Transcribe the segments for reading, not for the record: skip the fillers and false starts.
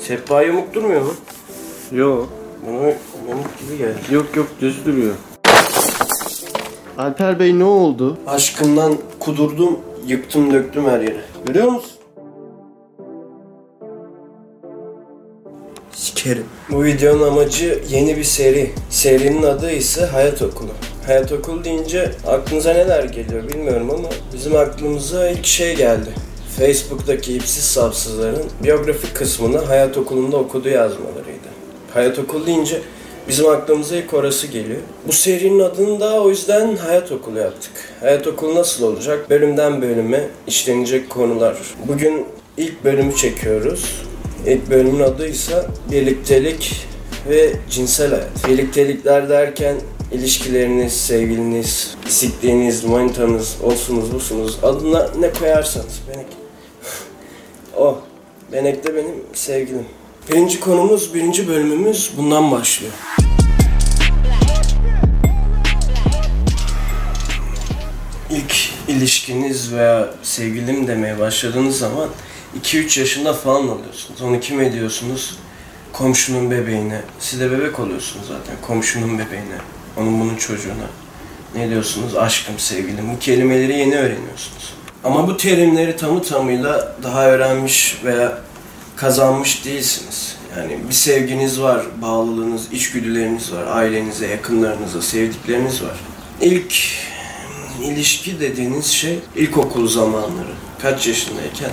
Sehpa yamuk durmuyor mu? Yok. Bana yamuk gibi geldi. Yok düz duruyor. Alper Bey ne oldu? Aşkımdan kudurdum, yıktım döktüm her yere. Görüyor musun? Sikerim. Bu videonun amacı yeni bir seri. Serinin adı ise Hayat Okulu. Hayat Okulu deyince aklınıza neler geliyor bilmiyorum ama bizim aklımıza ilk şey geldi. Facebook'taki ipsiz sapsızların biyografik kısmını Hayat Okulu'nda okuduğu yazmalarıydı. Hayat Okulu deyince bizim aklımıza ilk orası geliyor. Bu serinin adını da o yüzden Hayat Okulu yaptık. Hayat Okulu nasıl olacak? Bölümden bölüme işlenecek konular. Bugün ilk bölümü çekiyoruz. İlk bölümün adı ise birliktelik ve cinsel hayat. Birliktelikler derken ilişkileriniz, sevgiliniz, bisikliğiniz, manitanız, olsunuz busunuz, adına ne koyarsanız. Benek. O. Benek de benim sevgilim. Birinci bölümümüz bundan başlıyor. İlk ilişkiniz veya sevgilim demeye başladığınız zaman 2-3 yaşında falan oluyorsunuz. Onu kim ediyorsunuz? Komşunun bebeğine. Siz de bebek oluyorsunuz zaten. Komşunun bebeğine. Onun bunun çocuğuna. Ne diyorsunuz? Aşkım, sevgilim. Bu kelimeleri yeni öğreniyorsunuz. Ama bu terimleri tamıyla daha öğrenmiş veya kazanmış değilsiniz. Yani bir sevginiz var, bağlılığınız, içgüdüleriniz var, ailenize, yakınlarınıza, sevdikleriniz var. İlk ilişki dediğiniz şey ilkokul zamanları. Kaç yaşındayken?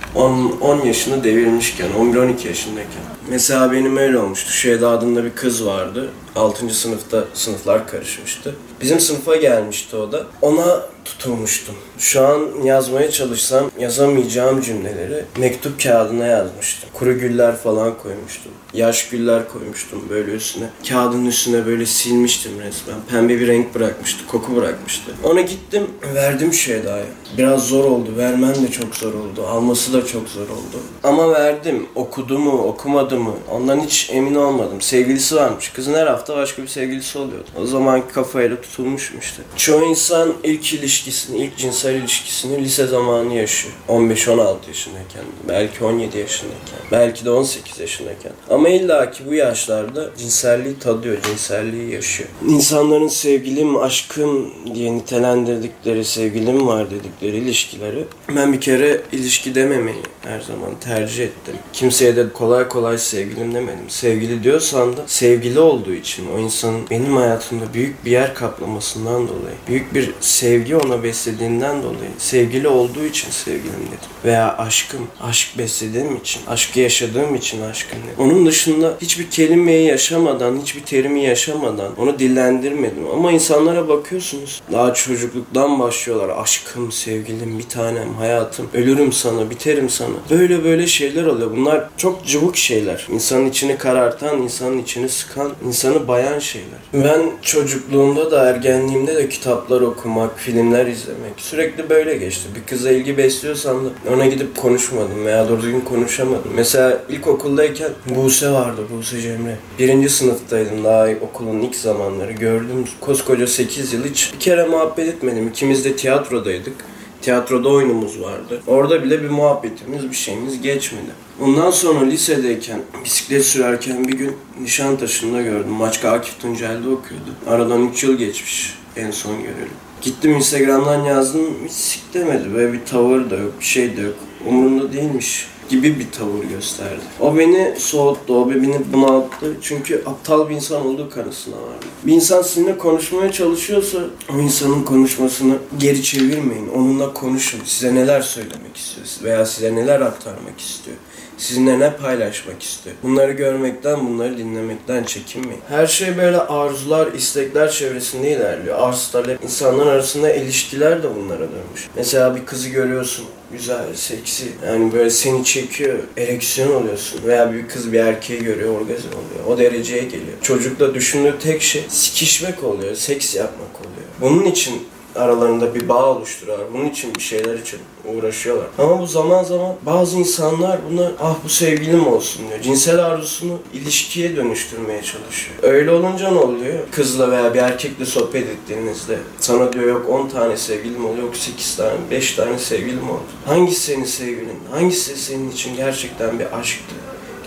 10 yaşını devirmişken, 11-12 yaşındayken. Mesela benim öyle olmuştu. Şeyda adında bir kız vardı. 6. sınıfta sınıflar karışmıştı. Bizim sınıfa gelmişti o da. Ona tutulmuştum. Şu an yazmaya çalışsam yazamayacağım cümleleri mektup kağıdına yazmıştım. Kuru güller falan koymuştum. Yaş güller koymuştum böyle üstüne. Kağıdın üstüne böyle silmiştim resmen. Pembe bir renk bırakmıştı, koku bırakmıştı. Ona gittim, verdim Şeyda'ya. Biraz zor oldu, vermem de çok zor oldu. Alması da çok zor oldu. Ama verdim. Okudu mu, okumadı mı? Ondan hiç emin olmadım. Sevgilisi varmış. Kızın her hafta başka bir sevgilisi oluyordu. O zamanki kafayla tutulmuşum işte. Çoğu insan ilk ilişkisini, ilk cinsel ilişkisini lise zamanı yaşıyor. 15-16 yaşındayken, belki 17 yaşındayken, belki de 18 yaşındayken. Ama illaki bu yaşlarda cinselliği tadıyor, cinselliği yaşıyor. İnsanların sevgilim, aşkım diye nitelendirdikleri, sevgilim var dedikleri ilişkileri ben bir kere ilişki dememeyi her zaman tercih ettim. Kimseye de kolay kolay sevgilim demedim. Sevgili diyorsan da sevgili olduğu için, o insanın benim hayatımda büyük bir yer kaplamasından dolayı, büyük bir sevgi ona beslediğinden dolayı, sevgili olduğu için sevgilim dedim. Veya aşkım, aşk beslediğim için, aşkı yaşadığım için aşkım dedim. Onun dışında hiçbir kelimeyi yaşamadan, hiçbir terimi yaşamadan onu dillendirmedim. Ama insanlara bakıyorsunuz, daha çocukluktan başlıyorlar. Aşkım, sevgilim, bir tanem, hayatım, ölürüm sana, biterim sana. Böyle şeyler oluyor. Bunlar çok cıvık şeyler. İnsanın içini karartan, insanın içini sıkan, insanı bayan şeyler. Ben çocukluğumda da ergenliğimde de kitaplar okumak, filmler izlemek sürekli böyle geçti. Bir kıza ilgi besliyorsam da ona gidip konuşmadım veya doğru düzgün konuşamadım. Mesela ilkokuldayken Buse vardı, Buse Cemre. 1. sınıftaydım daha okulun ilk zamanları. Gördüm koskoca 8 yıl hiç bir kere muhabbet etmedim. İkimiz de tiyatrodaydık. Tiyatroda oyunumuz vardı. Orada bile bir muhabbetimiz, bir şeyimiz geçmedi. Ondan sonra lisedeyken, bisiklet sürerken bir gün Nişantaşı'nda gördüm. Maçka Akif Tuncel'de okuyordu. Aradan 3 yıl geçmiş en son görelim. Gittim Instagram'dan yazdım, hiç sik demedi. Böyle bir tavır da yok, bir şey de yok. Umurumda değilmiş gibi bir tavır gösterdi. O beni soğuttu, o beni bunalttı. Çünkü aptal bir insan olduğu kanısına vardı. Bir insan sizinle konuşmaya çalışıyorsa o insanın konuşmasını geri çevirmeyin. Onunla konuşun. Size neler söylemek istiyor veya size neler aktarmak istiyor. Sizinle ne paylaşmak istiyor. Bunları görmekten, bunları dinlemekten çekinmeyin. Her şey böyle arzular, istekler çevresinde ilerliyor. Arz, talep, insanlar arasında ilişkiler de bunlara dönmüş. Mesela bir kızı görüyorsun, güzel, seksi, yani böyle seni çekiyor, ereksiyon oluyorsun. Veya bir kız bir erkeği görüyor, orgazm oluyor. O dereceye geliyor. Çocukta düşündüğü tek şey sikişmek oluyor, seks yapmak oluyor. Bunun için aralarında bir bağ oluşturuyorlar. Bunun için bir şeyler için uğraşıyorlar. Ama bu zaman bazı insanlar buna bu sevgilim olsun diyor. Cinsel arzusunu ilişkiye dönüştürmeye çalışıyor. Öyle olunca ne oluyor? Kızla veya bir erkekle sohbet ettiğinizde sana diyor yok 10 tane sevgilim oldu, yok 8 tane, 5 tane sevgilim oldu. Hangisi senin sevgilin? Hangisi senin için gerçekten bir aşktı?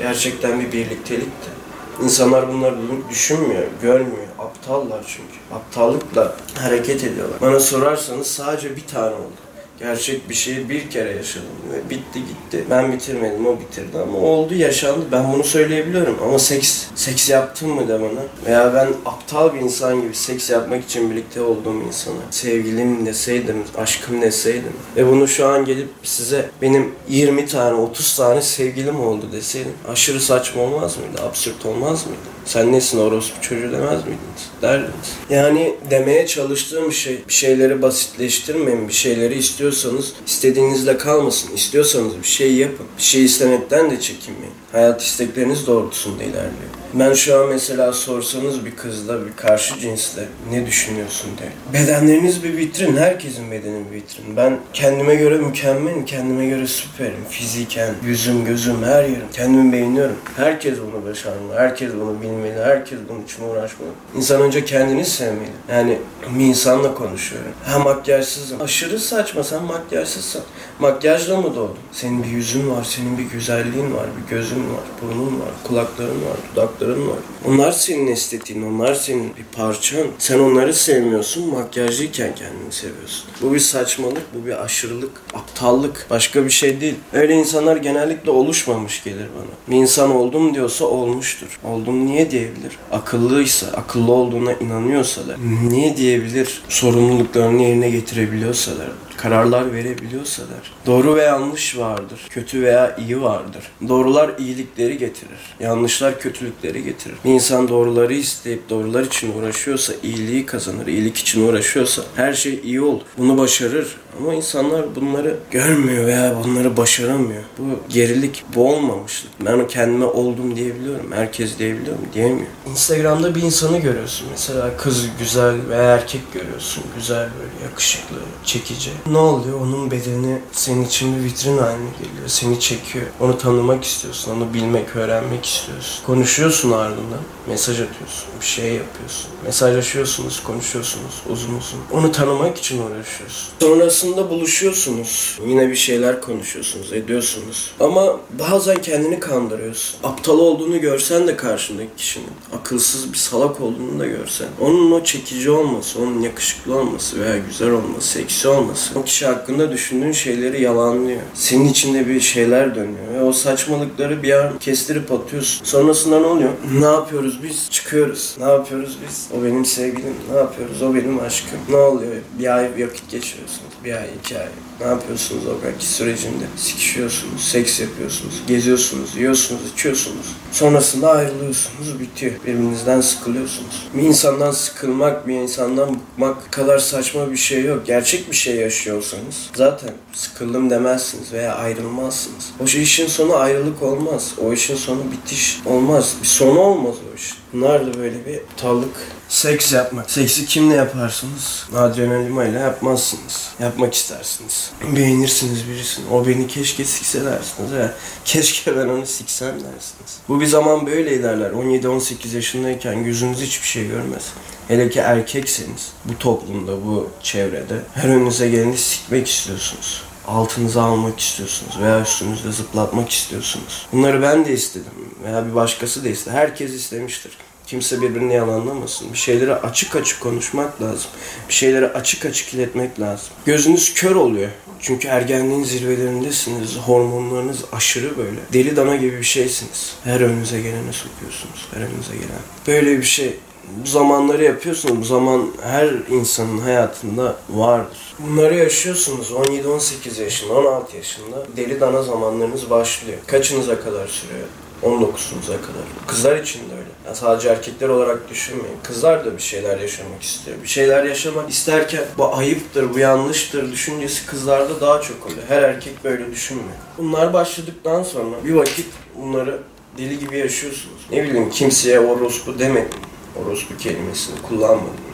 gerçekten bir birliktelikti. İnsanlar bunları düşünmüyor, görmüyor. Aptallar çünkü. Aptallıkla hareket ediyorlar. Bana sorarsanız sadece bir tane oldu. Gerçek bir şeyi bir kere yaşadım ve bitti gitti. Ben bitirmedim, o bitirdi ama oldu, yaşandı. Ben bunu söyleyebiliyorum ama seks yaptım mı de bana. Veya ben aptal bir insan gibi seks yapmak için birlikte olduğum insana sevgilim deseydim, aşkım deseydim ve bunu şu an gelip size benim 20 tane, 30 tane sevgilim oldu deseydim aşırı saçma olmaz mıydı? Absürt olmaz mıydı? Sen nesin, orospu çocuğu demez miydiniz? Derdiniz. Yani demeye çalıştığım şey, bir şeyleri basitleştirmeyin, bir şeyleri istiyorsanız istediğinizle kalmasın. İstiyorsanız bir şey yapın. Bir şey istemekten de çekinmeyin. Hayat istekleriniz doğrultusunda ilerliyor. Ben şu an mesela sorsanız bir kızla, bir karşı cinsle ne düşünüyorsun diye. Bedenleriniz bir vitrin, herkesin bedeni bir vitrin. Ben kendime göre mükemmelim, kendime göre süperim. Fiziken, yüzüm, gözüm, her yerim. Kendimi beğeniyorum. Herkes bunu başarmalı, herkes bunu bilmeli, herkes bunun için uğraşmalı. İnsan önce kendini sevmeli. Yani bir insanla konuşuyorum. Ha, makyajsızım. Aşırı saçma, sen makyajsızsın. Makyajla mı doğdun? Senin bir yüzün var, senin bir güzelliğin var, bir gözün var, burnun var, kulakların var, dudakların var. Onlar senin estetiğin, onlar senin bir parçan. Sen onları sevmiyorsun, makyajlıyken kendini seviyorsun. Bu bir saçmalık, bu bir aşırılık, aptallık. Başka bir şey değil. Öyle insanlar genellikle oluşmamış gelir bana. Bir insan oldum diyorsa olmuştur. Oldum niye diyebilir? Akıllıysa, akıllı olduğuna inanıyorsa da niye diyebilir? Sorumluluklarını yerine getirebiliyorsalar, kararlar verebiliyorsalar. Doğru ve yanlış vardır. Kötü veya iyi vardır. Doğrular iyilikleri getirir. Yanlışlar kötülükleri getirir. Bir insan doğruları isteyip doğrular için uğraşıyorsa iyiliği kazanır. İyilik için uğraşıyorsa her şey iyi olur. Bunu başarır. Ama insanlar bunları görmüyor veya bunları başaramıyor. Bu gerilik, bu olmamışlık. Ben kendime oldum diyebiliyorum. Herkes diyebiliyor mu? Diyemiyor. Instagram'da bir insanı görüyorsun. Mesela kız güzel veya erkek görüyorsun. Güzel, böyle yakışıklı, çekici. Ne oluyor? Onun bedeni senin için bir vitrin haline geliyor. Seni çekiyor. Onu tanımak istiyorsun. Onu bilmek, öğrenmek istiyorsun. Konuşuyorsun ardından. Mesaj atıyorsun. Bir şey yapıyorsun. Mesajlaşıyorsunuz, konuşuyorsunuz uzun uzun. Onu tanımak için uğraşıyorsun. Sonrasında buluşuyorsunuz. Yine bir şeyler konuşuyorsunuz, ediyorsunuz. Ama bazen kendini kandırıyorsun. Aptal olduğunu görsen de karşındaki kişinin, akılsız bir salak olduğunu da görsen, onun o çekici olması, onun yakışıklı olması veya güzel olması, seksi olması, o kişi hakkında düşündüğün şeyleri yalanlıyor. Senin içinde bir şeyler dönüyor ve o saçmalıkları bir an kestirip atıyorsun. Sonrasında ne oluyor? Ne yapıyoruz biz? Çıkıyoruz. Ne yapıyoruz biz? O benim sevgilim. Ne yapıyoruz? O benim aşkım. Ne oluyor? Bir ay vakit geçiriyorsunuz. Bir ay, 2 ay. Ne yapıyorsunuz o vakit sürecinde? Sikişiyorsunuz, seks yapıyorsunuz, geziyorsunuz, yiyorsunuz, içiyorsunuz. Sonrasında ayrılıyorsunuz, bitiyor. Birbirinizden sıkılıyorsunuz. Bir insandan sıkılmak, bir insandan bıkmak kadar saçma bir şey yok. Gerçek bir şey yaşıyorsanız zaten sıkıldım demezsiniz veya ayrılmazsınız. O işin sonu ayrılık olmaz. O işin sonu bitiş olmaz. Bir sonu olmaz o iş. Bunlar da böyle bir aptallık. Seks yapmak. Seksi kimle yaparsınız? Adrenalin ile yapmazsınız. Yapmak istersiniz. Beğenirsiniz birisini. O beni keşke sikse dersiniz. Keşke ben onu siksem dersiniz. Bu bir zaman böyle ilerler. 17-18 yaşındayken gözünüz hiçbir şey görmez. Hele ki erkekseniz bu toplumda, bu çevrede her önünüze geleni sikmek istiyorsunuz. Altınıza almak istiyorsunuz veya üstünüzde zıplatmak istiyorsunuz. Bunları ben de istedim veya bir başkası da istedi. Herkes istemiştir. Kimse birbirini yalanlamasın. Bir şeyleri açık açık konuşmak lazım. Bir şeyleri açık açık iletmek lazım. Gözünüz kör oluyor. Çünkü ergenliğin zirvelerindesiniz. Hormonlarınız aşırı böyle. Deli dana gibi bir şeysiniz. Her önünüze gelene sokuyorsunuz. Her önünüze gelen. Böyle bir şey. Bu zamanları yapıyorsunuz. Bu zaman her insanın hayatında vardır. Bunları yaşıyorsunuz. 17-18 yaşında, 16 yaşında deli dana zamanlarınız başlıyor. Kaçınıza kadar sürüyor? 19'unuza kadar. Kızlar için de öyle. Yani sadece erkekler olarak düşünmeyin. Kızlar da bir şeyler yaşamak istiyor. Bir şeyler yaşamak isterken bu ayıptır, bu yanlıştır düşüncesi kızlarda daha çok oluyor. Her erkek böyle düşünmüyor. Bunlar başladıktan sonra bir vakit bunları deli gibi yaşıyorsunuz. Ne bileyim, kimseye orospu demedim. Orospu kelimesini kullanmadım.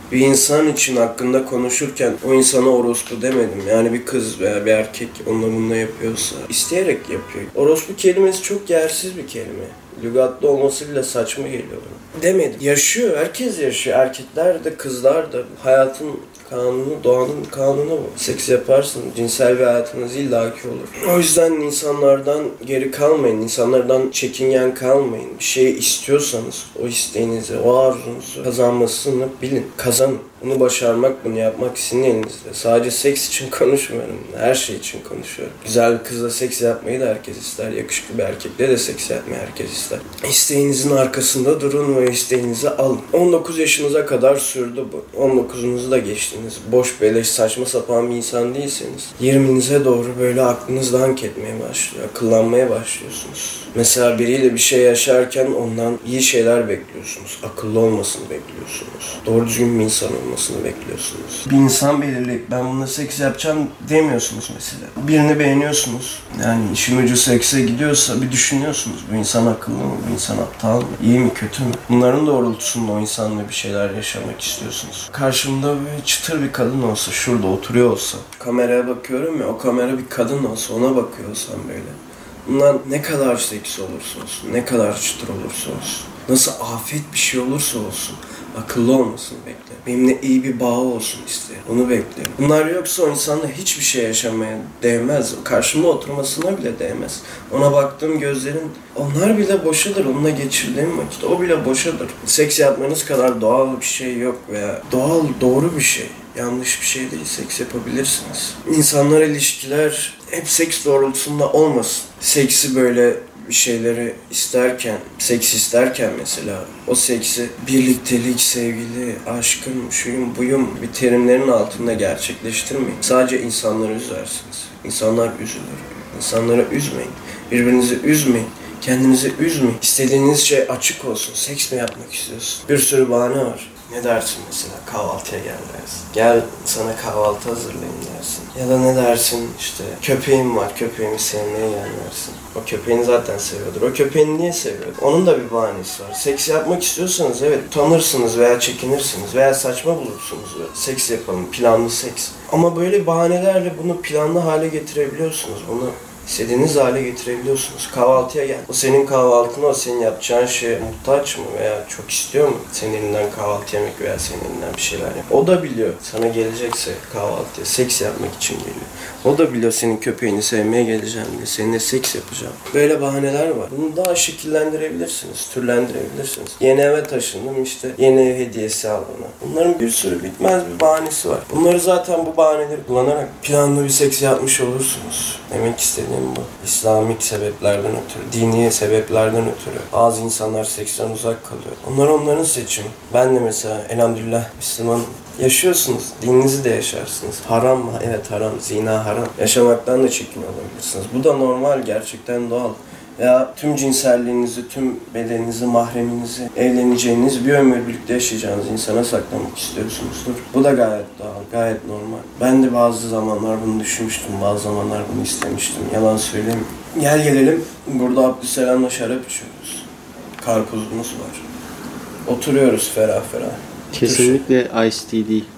Bir insan için hakkında konuşurken o insana orospu demedim. Yani bir kız veya bir erkek onunla bununla yapıyorsa isteyerek yapıyor. Orospu kelimesi çok yersiz bir kelime. Lügatlı olması bile saçma geliyor bana. Demedim. Yaşıyor. Herkes yaşıyor. Erkekler de kızlar da. Hayatın kanunu, doğanın kanunu bu. Seks yaparsın, cinsel bir hayatınız illaki olur. O yüzden insanlardan geri kalmayın, insanlardan çekingen kalmayın. Bir şey istiyorsanız o isteğinizi, o arzunuzu kazanmasını bilin. Kazanın. Bunu başarmak, bunu yapmak sizin elinizde. Sadece seks için konuşmuyorum. Her şey için konuşuyorum. Güzel bir kızla seks yapmayı da herkes ister. Yakışıklı bir erkekle de seks yapmayı herkes ister. İsteğinizin arkasında durun ve isteğinizi alın. 19 yaşınıza kadar sürdü bu. 19'unuzu da geçtiniz. Boş beleş saçma sapan bir insan değilseniz 20'nize doğru böyle aklınız dank etmeye başlıyor. Akıllanmaya başlıyorsunuz. Mesela biriyle bir şey yaşarken ondan iyi şeyler bekliyorsunuz. Akıllı olmasını bekliyorsunuz. Doğru düzgün bir insan olmasını bekliyorsunuz. Bir insan belirleyip ben bununla seks yapacağım demiyorsunuz mesela. Birini beğeniyorsunuz. Yani işin ucu sekse gidiyorsa bir düşünüyorsunuz. Bu insan akıllı mı? Bu insan aptal mı? İyi mi? Kötü mü? Bunların doğrultusunda o insanla bir şeyler yaşamak istiyorsunuz. Karşımda böyle çıtır bir kadın olsa, şurada oturuyor olsa, kameraya bakıyorum ya, o kamera bir kadın olsa, ona bakıyor olsam böyle. Bundan ne kadar seks olursa olsun, ne kadar çıtır olursa olsun, nasıl afet bir şey olursa olsun, akıllı olmasını bekle. Benimle iyi bir bağı olsun isterim. Onu bekliyorum. Bunlar yoksa o insanla hiçbir şey yaşamaya değmez. Karşımda oturmasına bile değmez. Ona baktığım gözlerin, onlar bile boşadır. Onunla geçirdiğim vakit o bile boşadır. Seks yapmanız kadar doğal bir şey yok veya doğal, doğru bir şey. Yanlış bir şey değil. Seks yapabilirsiniz. İnsanlar, ilişkiler hep seks doğrultusunda olmasın. Seksi böyle bir şeyleri isterken, seks isterken mesela o seksi birliktelik, sevgili, aşkın, şuyum, buyum bir terimlerin altında gerçekleştirmeyin. Sadece insanları üzersiniz. İnsanlar üzülür. İnsanları üzmeyin. Birbirinizi üzmeyin. Kendinizi üzmeyin. İstediğiniz şey açık olsun. Seks mi yapmak istiyorsun? Bir sürü bahane var. Ne dersin mesela? Kahvaltıya gel dersin. Gel sana kahvaltı hazırlayayım dersin. Ya da ne dersin işte köpeğim var, köpeğimi sevmeye gel dersin. O köpeğini zaten seviyordur. O köpeğini niye seviyordur? Onun da bir bahanesi var. Seks yapmak istiyorsanız evet utanırsınız veya çekinirsiniz veya saçma bulursunuz. Seks yapalım, planlı seks. Ama böyle bahanelerle bunu planlı hale getirebiliyorsunuz. Bunu İstediğiniz hale getirebiliyorsunuz. Kahvaltıya gel. O senin kahvaltına, o senin yapacağın şeye muhtaç mı veya çok istiyor mu? Senin elinden kahvaltı yemek veya senin elinden bir şeyler yap. O da biliyor sana gelecekse kahvaltıya seks yapmak için geliyor. O da biliyor senin köpeğini sevmeye geleceğim diye. Seninle seks yapacağım. Böyle bahaneler var. Bunu daha şekillendirebilirsiniz, türlendirebilirsiniz. Yeni eve taşındım işte yeni ev hediyesi al bana. Bunların bir sürü bitmez bir bahanesi var. Bunları zaten bu bahaneleri kullanarak planlı bir seks yapmış olursunuz. Demek istediğim bu. İslamik sebeplerden ötürü, dini sebeplerden ötürü bazı insanlar seksten uzak kalıyor. Onlar onların seçimi. Ben de mesela elhamdülillah Müslüman. Yaşıyorsunuz, dininizi de yaşarsınız. Haram mı? Evet haram. Zina haram. Yaşamaktan da çekiniyor olabilirsiniz. Bu da normal, gerçekten doğal. Veya tüm cinselliğinizi, tüm bedeninizi, mahreminizi, evleneceğiniz, bir ömür birlikte yaşayacağınız insana saklamak istiyorsunuzdur. Bu da gayet doğal, gayet normal. Ben de bazı zamanlar bunu düşünmüştüm, bazı zamanlar bunu istemiştim. Yalan söyleyeyim. Gel gelelim, burada Abdüsselam'la şarap içiyoruz. Karpuzumuz var. Oturuyoruz ferah ferah. Kesinlikle Ice Tea değil.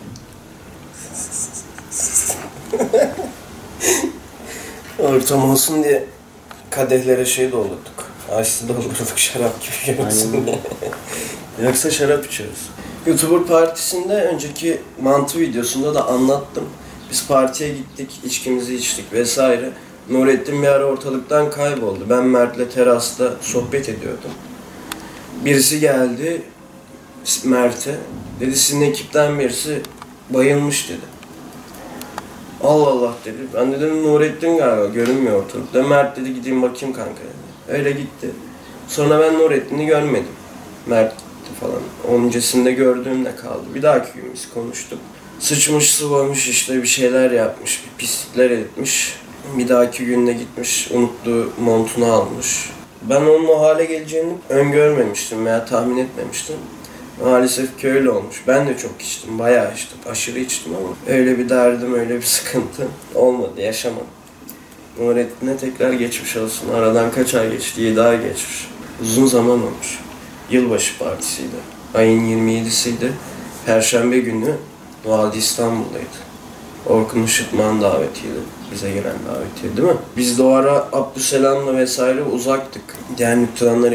Ortam olsun diye kadehlere şey doldurduk. Ice doldurduk şarap gibi görünsün diye. Yoksa şarap içiyoruz. YouTuber partisinde önceki mantı videosunda da anlattım. Biz partiye gittik, içkimizi içtik vesaire. Nurettin bir ara ortalıktan kayboldu. Ben Mert'le terasta sohbet ediyordum. Birisi geldi Mert'e. Dedi sizin ekipten birisi bayılmış dedi. Allah Allah dedi. Ben dedim Nurettin galiba görünmüyor ortalıkta. Mert dedi gideyim bakayım kanka dedi. Öyle gitti. Sonra ben Nurettin'i görmedim. Mert gitti falan. Onun öncesinde gördüğümde kaldı. Bir dahaki gün biz konuştuk. Sıçmış sıvamış işte bir şeyler yapmış. Bir pislikler etmiş. Bir dahaki günde gitmiş unuttuğu montunu almış. Ben onun o hale geleceğini öngörmemiştim veya tahmin etmemiştim. Maalesef ki öyle olmuş. Ben de çok içtim, bayağı içtim. Aşırı içtim ama öyle bir derdim, öyle bir sıkıntı olmadı, yaşamadım. Nurettin'e tekrar geçmiş olsun. Aradan kaç ay geçti? 7 ay geçmiş. Uzun zaman olmuş. Yılbaşı partisiydi. Ayın 27'siydi. Perşembe günü Vadi İstanbul'daydı. Orkun Işıtmak'ın davetiydi. Bize gelen davetiye değil mi? Biz de o ara Abdüselam'la vesaire uzaktık. Diğer nüktranlar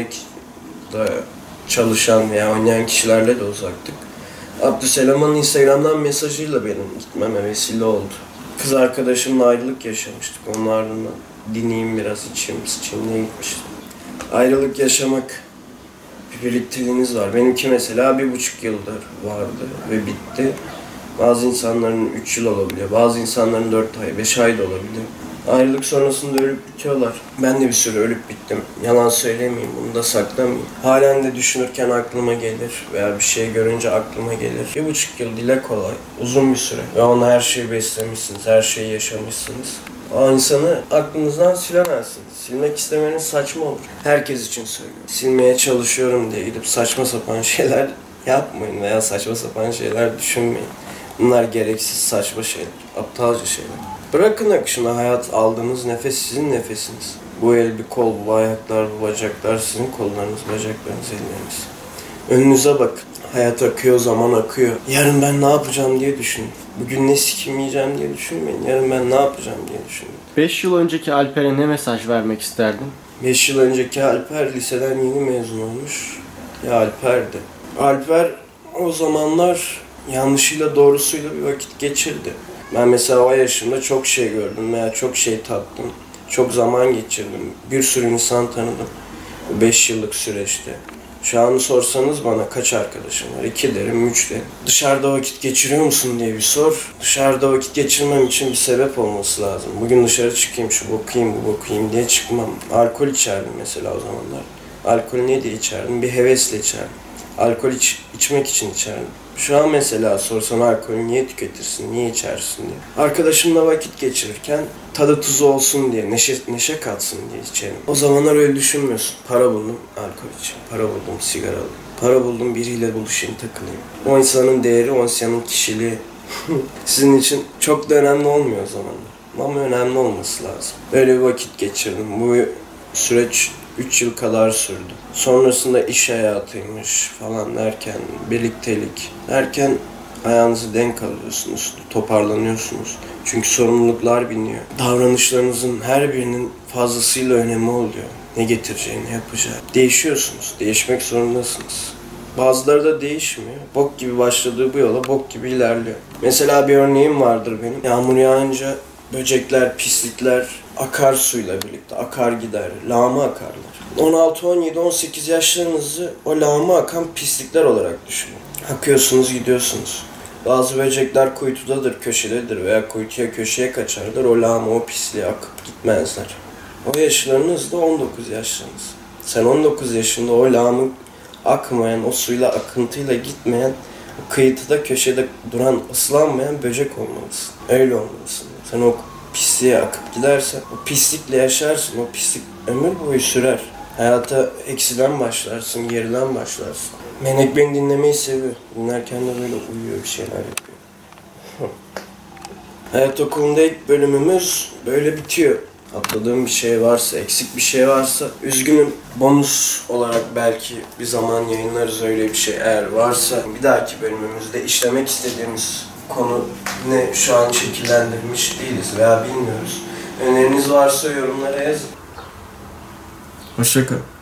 da çalışan veya oynayan kişilerle de uzaktık. Abdüselam'ın Instagram'dan mesajıyla benim gitmeme vesile oldu. Kız arkadaşımla ayrılık yaşamıştık. Onun ardından dinleyeyim biraz, içeyim, sıçayım diye gitmiştim. Ayrılık yaşamak bir birlikteliğiniz var. Benimki mesela 1,5 yıldır vardı ve bitti. Bazı insanların 3 yıl olabiliyor, bazı insanların 4 ay, 5 ay da olabiliyor. Ayrılık sonrasında ölüp bitiyorlar. Ben de bir süre ölüp bittim. Yalan söylemeyeyim, bunu da saklamayayım. Halen de düşünürken aklıma gelir veya bir şey görünce aklıma gelir. 1,5 yıl dile kolay, uzun bir süre. Ve ona her şeyi beslemişsiniz, her şeyi yaşamışsınız. O insanı aklınızdan silemezsiniz. Silmek istemeniz saçma olur. Herkes için söylüyorum. Silmeye çalışıyorum diye gidip saçma sapan şeyler yapmayın veya saçma sapan şeyler düşünmeyin. Bunlar gereksiz saçma şeyler, aptalca şeyler. Bırakın akışına, hayat aldığınız nefes sizin nefesiniz. Bu el bir kol, bu ayaklar, bu bacaklar sizin kollarınız, bacaklarınız, elleriniz. Önünüze bakın. Hayat akıyor, zaman akıyor. Yarın ben ne yapacağım diye düşünün. Bugün ne sikim yiyeceğim diye düşünmeyin. Yarın ben ne yapacağım diye düşünün. 5 yıl önceki Alper'e ne mesaj vermek isterdin? 5 yıl önceki Alper liseden yeni mezun olmuş. Ya Alper'di. Alper o zamanlar yanlışıyla doğrusuyla bir vakit geçirdi. Ben mesela o yaşımda çok şey gördüm veya çok şey tattım. Çok zaman geçirdim. Bir sürü insan tanıdım. Bu 5 yıllık süreçte. Şu an sorsanız bana kaç arkadaşım var? 2 derim, 3 derim. Dışarıda vakit geçiriyor musun diye bir sor. Dışarıda vakit geçirmem için bir sebep olması lazım. Bugün dışarı çıkayım, şu bokuyayım, bu bokuyayım diye çıkmam. Alkol içerdim mesela o zamanlar. Alkol ne diye içerdim? Bir hevesle içerdim. Alkol içmek için içerdim. Şu an mesela sorsan alkolü niye tüketirsin, niye içersin diye. Arkadaşımla vakit geçirirken tadı tuzu olsun diye, neşe katsın diye içerim. O zamanlar öyle düşünmüyorsun. Para buldum, alkol için. Para buldum, sigara alayım. Para buldum, biriyle buluşayım, takılayım. O insanın değeri, o insanın kişiliği sizin için çok da önemli olmuyor o zamanlar. Ama önemli olması lazım. Böyle bir vakit geçirdim. Bu süreç 3 yıl kadar sürdü. Sonrasında iş hayatıymış falan derken, birliktelik derken ayağınızı denk alıyorsunuz, toparlanıyorsunuz. Çünkü sorumluluklar biniyor. Davranışlarınızın her birinin fazlasıyla önemi oluyor. Ne getireceğini, yapacağı. Değişiyorsunuz, değişmek zorundasınız. Bazıları da değişmiyor. Bok gibi başladığı bu yola bok gibi ilerliyor. Mesela bir örneğim vardır benim. Yağmur yağınca böcekler, pislikler akarsuyla birlikte akar gider, lağma akarlar. 16, 17, 18 yaşlarınızı o lağma akan pislikler olarak düşünün. Akıyorsunuz, gidiyorsunuz. Bazı böcekler kuytudadır, köşededir veya kuytuya köşeye kaçarlar. O lağma, o pisliğe akıp gitmezler. O yaşlarınız da 19 yaşlarınız. Sen 19 yaşında o lağmı akmayan, o suyla akıntıyla gitmeyen, o kıyıda köşede duran, ıslanmayan böcek olmalısın. Öyle olmalısın. Sen o pisliğe akıp gidersen, o pislikle yaşarsın, o pislik ömür boyu sürer. Hayata eksiden başlarsın, geriden başlarsın. Menek beni dinlemeyi seviyor. Dinlerken de böyle uyuyor, bir şeyler yapıyor. Hayat okulunda ilk bölümümüz böyle bitiyor. Atladığım bir şey varsa, eksik bir şey varsa üzgünüm. Bonus olarak belki bir zaman yayınlarız öyle bir şey eğer varsa. Bir dahaki bölümümüzde işlemek istediğimiz konu ne şu an şekillendirmiş değiliz veya bilmiyoruz. Öneriniz varsa yorumlara yazın. Hoşça kalın.